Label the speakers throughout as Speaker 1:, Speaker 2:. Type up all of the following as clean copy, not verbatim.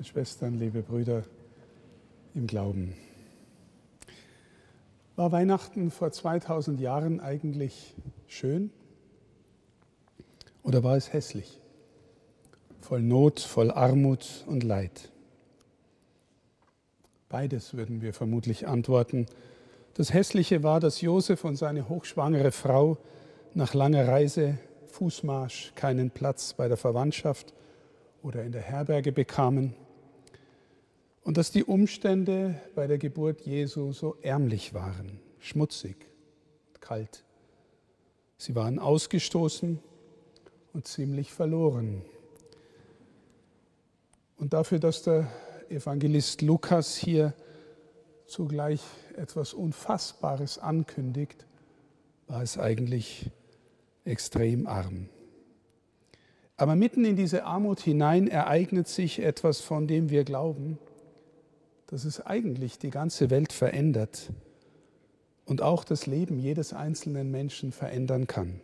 Speaker 1: Schwestern, liebe Brüder im Glauben. War Weihnachten vor 2000 Jahren eigentlich schön oder war es hässlich? Voll Not, voll Armut und Leid. Beides würden wir vermutlich antworten. Das Hässliche war, dass Josef und seine hochschwangere Frau nach langer Reise, Fußmarsch, keinen Platz bei der Verwandtschaft oder in der Herberge bekamen und dass die Umstände bei der Geburt Jesu so ärmlich waren, schmutzig, kalt. Sie waren ausgestoßen und ziemlich verloren. Und dafür, dass der Evangelist Lukas hier zugleich etwas Unfassbares ankündigt, war es eigentlich extrem arm. Aber mitten in diese Armut hinein ereignet sich etwas, von dem wir glauben, dass es eigentlich die ganze Welt verändert und auch das Leben jedes einzelnen Menschen verändern kann.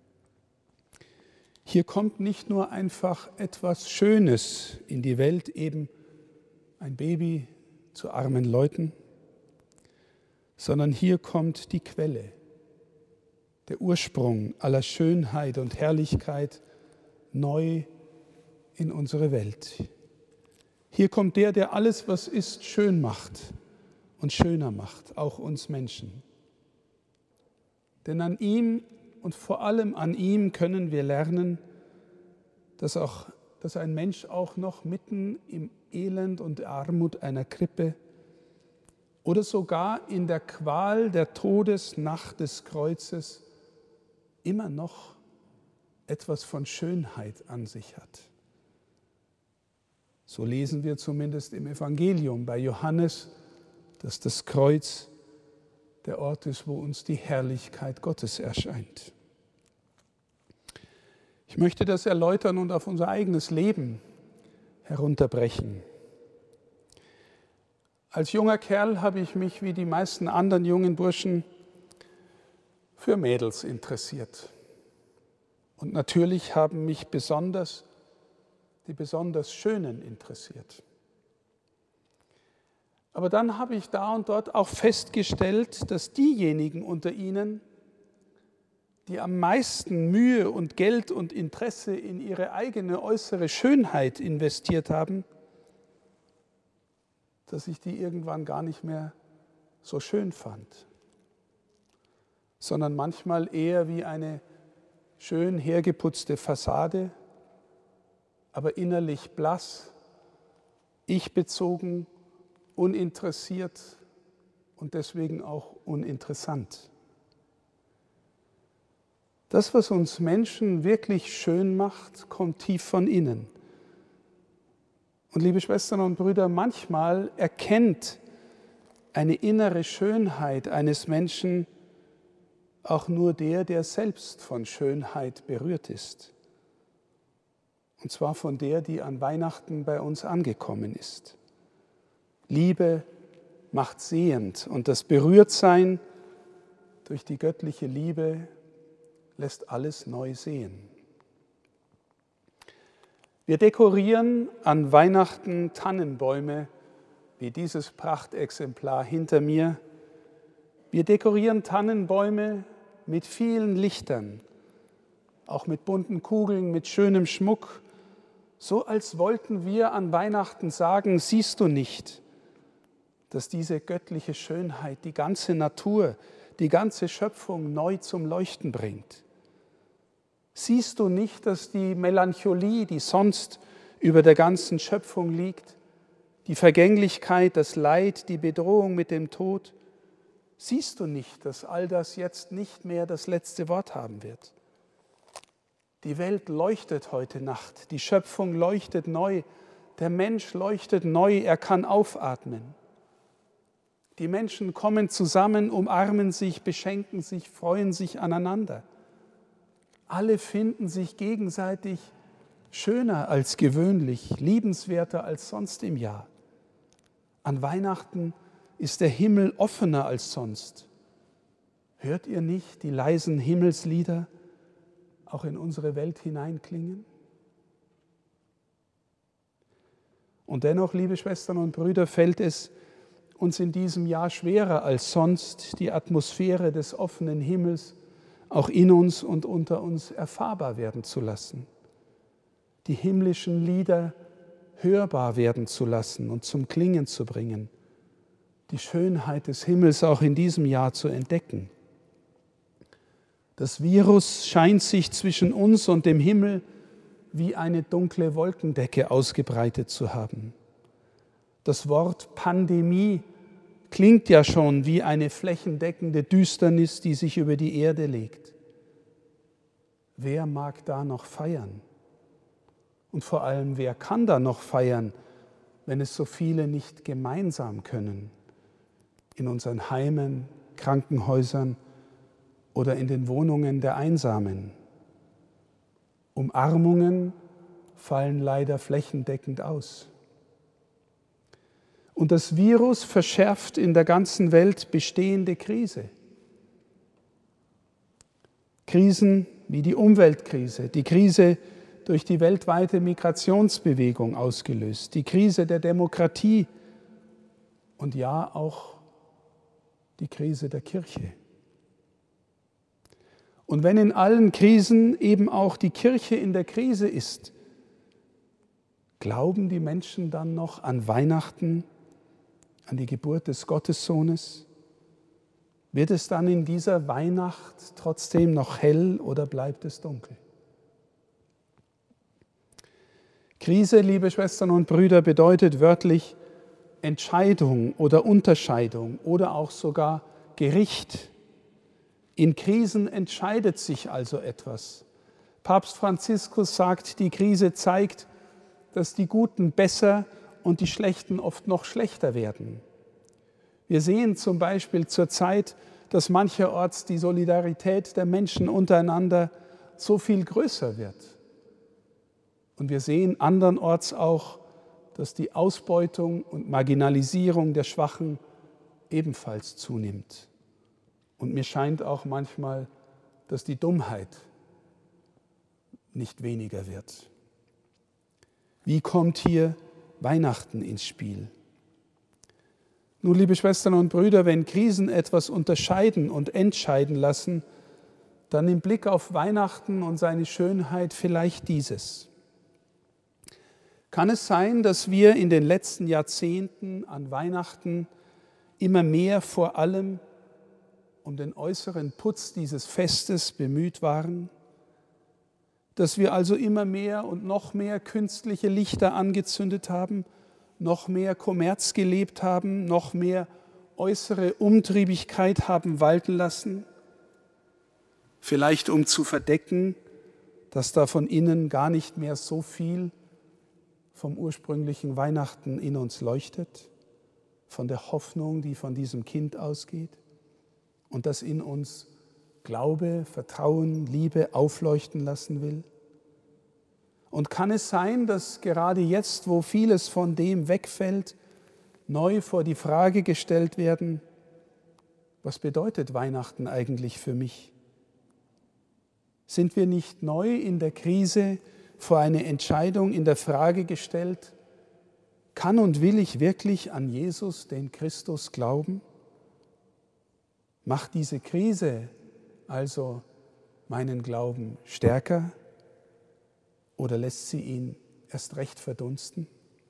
Speaker 1: Hier kommt nicht nur einfach etwas Schönes in die Welt, eben ein Baby zu armen Leuten, sondern hier kommt die Quelle, der Ursprung aller Schönheit und Herrlichkeit neu in unsere Welt. Hier kommt der alles, was ist, schön macht und schöner macht, auch uns Menschen. Denn an ihm und vor allem an ihm können wir lernen, dass ein Mensch auch noch mitten im Elend und der Armut einer Krippe oder sogar in der Qual der Todesnacht des Kreuzes immer noch etwas von Schönheit an sich hat. So lesen wir zumindest im Evangelium bei Johannes, dass das Kreuz der Ort ist, wo uns die Herrlichkeit Gottes erscheint. Ich möchte das erläutern und auf unser eigenes Leben herunterbrechen. Als junger Kerl habe ich mich wie die meisten anderen jungen Burschen für Mädels interessiert. Und natürlich haben mich die besonders Schönen interessiert. Aber dann habe ich da und dort auch festgestellt, dass diejenigen unter ihnen, die am meisten Mühe und Geld und Interesse in ihre eigene äußere Schönheit investiert haben, dass ich die irgendwann gar nicht mehr so schön fand, sondern manchmal eher wie eine schön hergeputzte Fassade, aber innerlich blass, ich-bezogen, uninteressiert und deswegen auch uninteressant. Das, was uns Menschen wirklich schön macht, kommt tief von innen. Und liebe Schwestern und Brüder, manchmal erkennt eine innere Schönheit eines Menschen auch nur der selbst von Schönheit berührt ist. Und zwar von der, die an Weihnachten bei uns angekommen ist. Liebe macht sehend und das Berührtsein durch die göttliche Liebe lässt alles neu sehen. Wir dekorieren an Weihnachten Tannenbäume, wie dieses Prachtexemplar hinter mir. Wir dekorieren Tannenbäume mit vielen Lichtern, auch mit bunten Kugeln, mit schönem Schmuck, so als wollten wir an Weihnachten sagen, siehst du nicht, dass diese göttliche Schönheit die ganze Natur, die ganze Schöpfung neu zum Leuchten bringt? Siehst du nicht, dass die Melancholie, die sonst über der ganzen Schöpfung liegt, die Vergänglichkeit, das Leid, die Bedrohung mit dem Tod, siehst du nicht, dass all das jetzt nicht mehr das letzte Wort haben wird? Die Welt leuchtet heute Nacht, die Schöpfung leuchtet neu, der Mensch leuchtet neu, er kann aufatmen. Die Menschen kommen zusammen, umarmen sich, beschenken sich, freuen sich aneinander. Alle finden sich gegenseitig schöner als gewöhnlich, liebenswerter als sonst im Jahr. An Weihnachten ist der Himmel offener als sonst. Hört ihr nicht die leisen Himmelslieder auch in unsere Welt hineinklingen? Und dennoch, liebe Schwestern und Brüder, fällt es uns in diesem Jahr schwerer als sonst, die Atmosphäre des offenen Himmels auch in uns und unter uns erfahrbar werden zu lassen, die himmlischen Lieder hörbar werden zu lassen und zum Klingen zu bringen, die Schönheit des Himmels auch in diesem Jahr zu entdecken. Das Virus scheint sich zwischen uns und dem Himmel wie eine dunkle Wolkendecke ausgebreitet zu haben. Das Wort Pandemie klingt ja schon wie eine flächendeckende Düsternis, die sich über die Erde legt. Wer mag da noch feiern? Und vor allem, wer kann da noch feiern, wenn es so viele nicht gemeinsam können? In unseren Heimen, Krankenhäusern oder in den Wohnungen der Einsamen. Umarmungen fallen leider flächendeckend aus. Und das Virus verschärft in der ganzen Welt bestehende Krise. Krisen wie die Umweltkrise, die Krise durch die weltweite Migrationsbewegung ausgelöst, die Krise der Demokratie und ja auch die Krise der Kirche. Und wenn in allen Krisen eben auch die Kirche in der Krise ist, glauben die Menschen dann noch an Weihnachten, an die Geburt des Gottessohnes? Wird es dann in dieser Weihnacht trotzdem noch hell oder bleibt es dunkel? Krise, liebe Schwestern und Brüder, bedeutet wörtlich Entscheidung oder Unterscheidung oder auch sogar Gericht. In Krisen entscheidet sich also etwas. Papst Franziskus sagt, die Krise zeigt, dass die Guten besser und die Schlechten oft noch schlechter werden. Wir sehen zum Beispiel zurzeit, dass mancherorts die Solidarität der Menschen untereinander so viel größer wird. Und wir sehen andernorts auch, dass die Ausbeutung und Marginalisierung der Schwachen ebenfalls zunimmt. Und mir scheint auch manchmal, dass die Dummheit nicht weniger wird. Wie kommt hier Weihnachten ins Spiel? Nun, liebe Schwestern und Brüder, wenn Krisen etwas unterscheiden und entscheiden lassen, dann im Blick auf Weihnachten und seine Schönheit vielleicht dieses. Kann es sein, dass wir in den letzten Jahrzehnten an Weihnachten immer mehr vor allem um den äußeren Putz dieses Festes bemüht waren, dass wir also immer mehr und noch mehr künstliche Lichter angezündet haben, noch mehr Kommerz gelebt haben, noch mehr äußere Umtriebigkeit haben walten lassen, vielleicht um zu verdecken, dass da von innen gar nicht mehr so viel vom ursprünglichen Weihnachten in uns leuchtet, von der Hoffnung, die von diesem Kind ausgeht und das in uns Glaube, Vertrauen, Liebe aufleuchten lassen will? Und kann es sein, dass gerade jetzt, wo vieles von dem wegfällt, neu vor die Frage gestellt werden, was bedeutet Weihnachten eigentlich für mich? Sind wir nicht neu in der Krise vor eine Entscheidung in der Frage gestellt, kann und will ich wirklich an Jesus, den Christus, glauben? Macht diese Krise also meinen Glauben stärker oder lässt sie ihn erst recht verdunsten?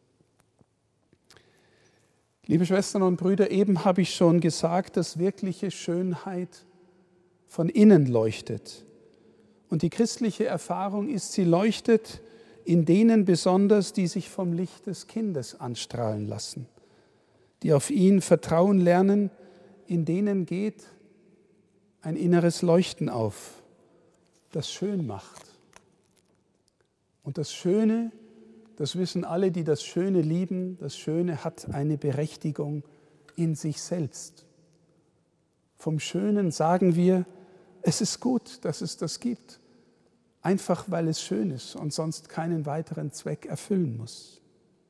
Speaker 1: Liebe Schwestern und Brüder, eben habe ich schon gesagt, dass wirkliche Schönheit von innen leuchtet. Und die christliche Erfahrung ist, sie leuchtet in denen besonders, die sich vom Licht des Kindes anstrahlen lassen, die auf ihn vertrauen lernen, in denen geht ein inneres Leuchten auf, das schön macht. Und das Schöne, das wissen alle, die das Schöne lieben, das Schöne hat eine Berechtigung in sich selbst. Vom Schönen sagen wir, es ist gut, dass es das gibt, einfach weil es schön ist und sonst keinen weiteren Zweck erfüllen muss.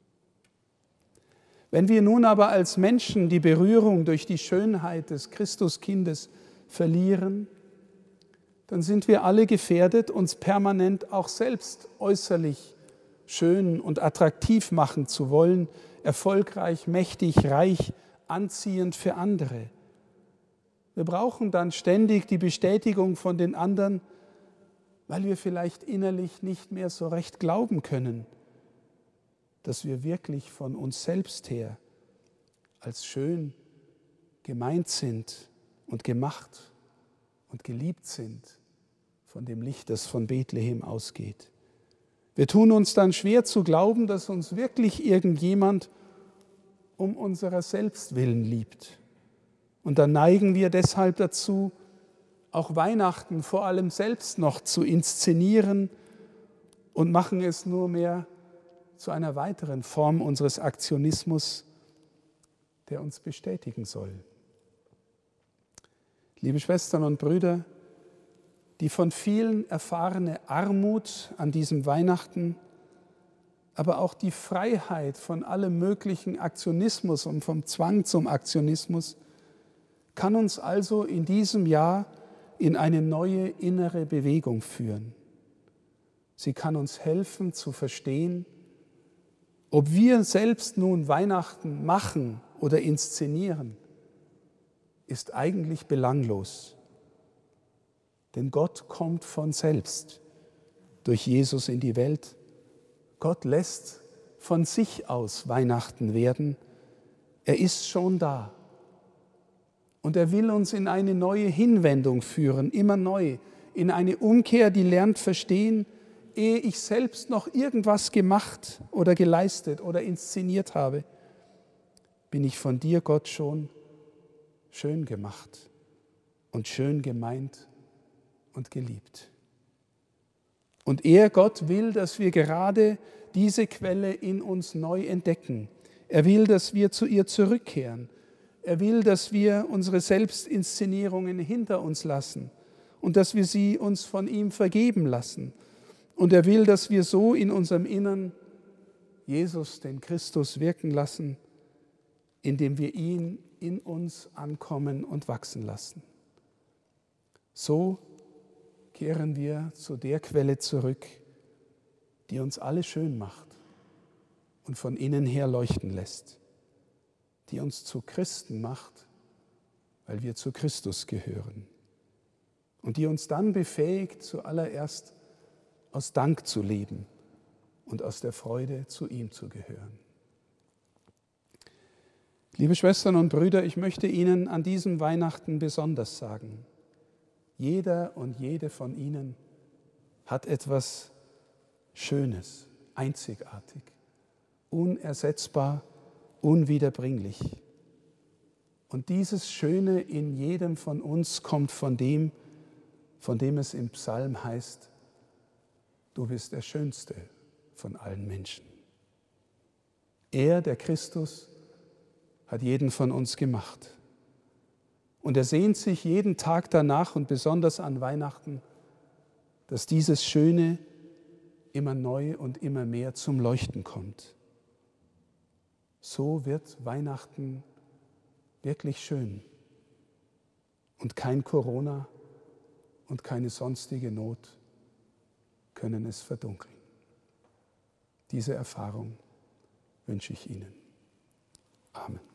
Speaker 1: Wenn wir nun aber als Menschen die Berührung durch die Schönheit des Christuskindes verlieren, dann sind wir alle gefährdet, uns permanent auch selbst äußerlich schön und attraktiv machen zu wollen, erfolgreich, mächtig, reich, anziehend für andere. Wir brauchen dann ständig die Bestätigung von den anderen, weil wir vielleicht innerlich nicht mehr so recht glauben können, dass wir wirklich von uns selbst her als schön gemeint sind und gemacht und geliebt sind von dem Licht, das von Bethlehem ausgeht. Wir tun uns dann schwer zu glauben, dass uns wirklich irgendjemand um unserer selbst willen liebt. Und dann neigen wir deshalb dazu, auch Weihnachten vor allem selbst noch zu inszenieren und machen es nur mehr zu einer weiteren Form unseres Aktionismus, der uns bestätigen soll. Liebe Schwestern und Brüder, die von vielen erfahrene Armut an diesem Weihnachten, aber auch die Freiheit von allem möglichen Aktionismus und vom Zwang zum Aktionismus kann uns also in diesem Jahr in eine neue innere Bewegung führen. Sie kann uns helfen zu verstehen, ob wir selbst nun Weihnachten machen oder inszenieren, ist eigentlich belanglos. Denn Gott kommt von selbst durch Jesus in die Welt. Gott lässt von sich aus Weihnachten werden. Er ist schon da. Und er will uns in eine neue Hinwendung führen, immer neu, in eine Umkehr, die lernt verstehen, ehe ich selbst noch irgendwas gemacht oder geleistet oder inszeniert habe, bin ich von dir, Gott, schon schön gemacht und schön gemeint und geliebt. Und er, Gott, will, dass wir gerade diese Quelle in uns neu entdecken. Er will, dass wir zu ihr zurückkehren. Er will, dass wir unsere Selbstinszenierungen hinter uns lassen und dass wir sie uns von ihm vergeben lassen. Und er will, dass wir so in unserem Innern Jesus, den Christus, wirken lassen, indem wir ihn in uns ankommen und wachsen lassen. So kehren wir zu der Quelle zurück, die uns alle schön macht und von innen her leuchten lässt, die uns zu Christen macht, weil wir zu Christus gehören und die uns dann befähigt, zuallererst aus Dank zu leben und aus der Freude zu ihm zu gehören. Liebe Schwestern und Brüder, ich möchte Ihnen an diesem Weihnachten besonders sagen, jeder und jede von Ihnen hat etwas Schönes, einzigartig, unersetzbar, unwiederbringlich. Und dieses Schöne in jedem von uns kommt von dem es im Psalm heißt, du bist der Schönste von allen Menschen. Er, der Christus, hat jeden von uns gemacht. Und er sehnt sich jeden Tag danach und besonders an Weihnachten, dass dieses Schöne immer neu und immer mehr zum Leuchten kommt. So wird Weihnachten wirklich schön und kein Corona und keine sonstige Not können es verdunkeln. Diese Erfahrung wünsche ich Ihnen. Amen.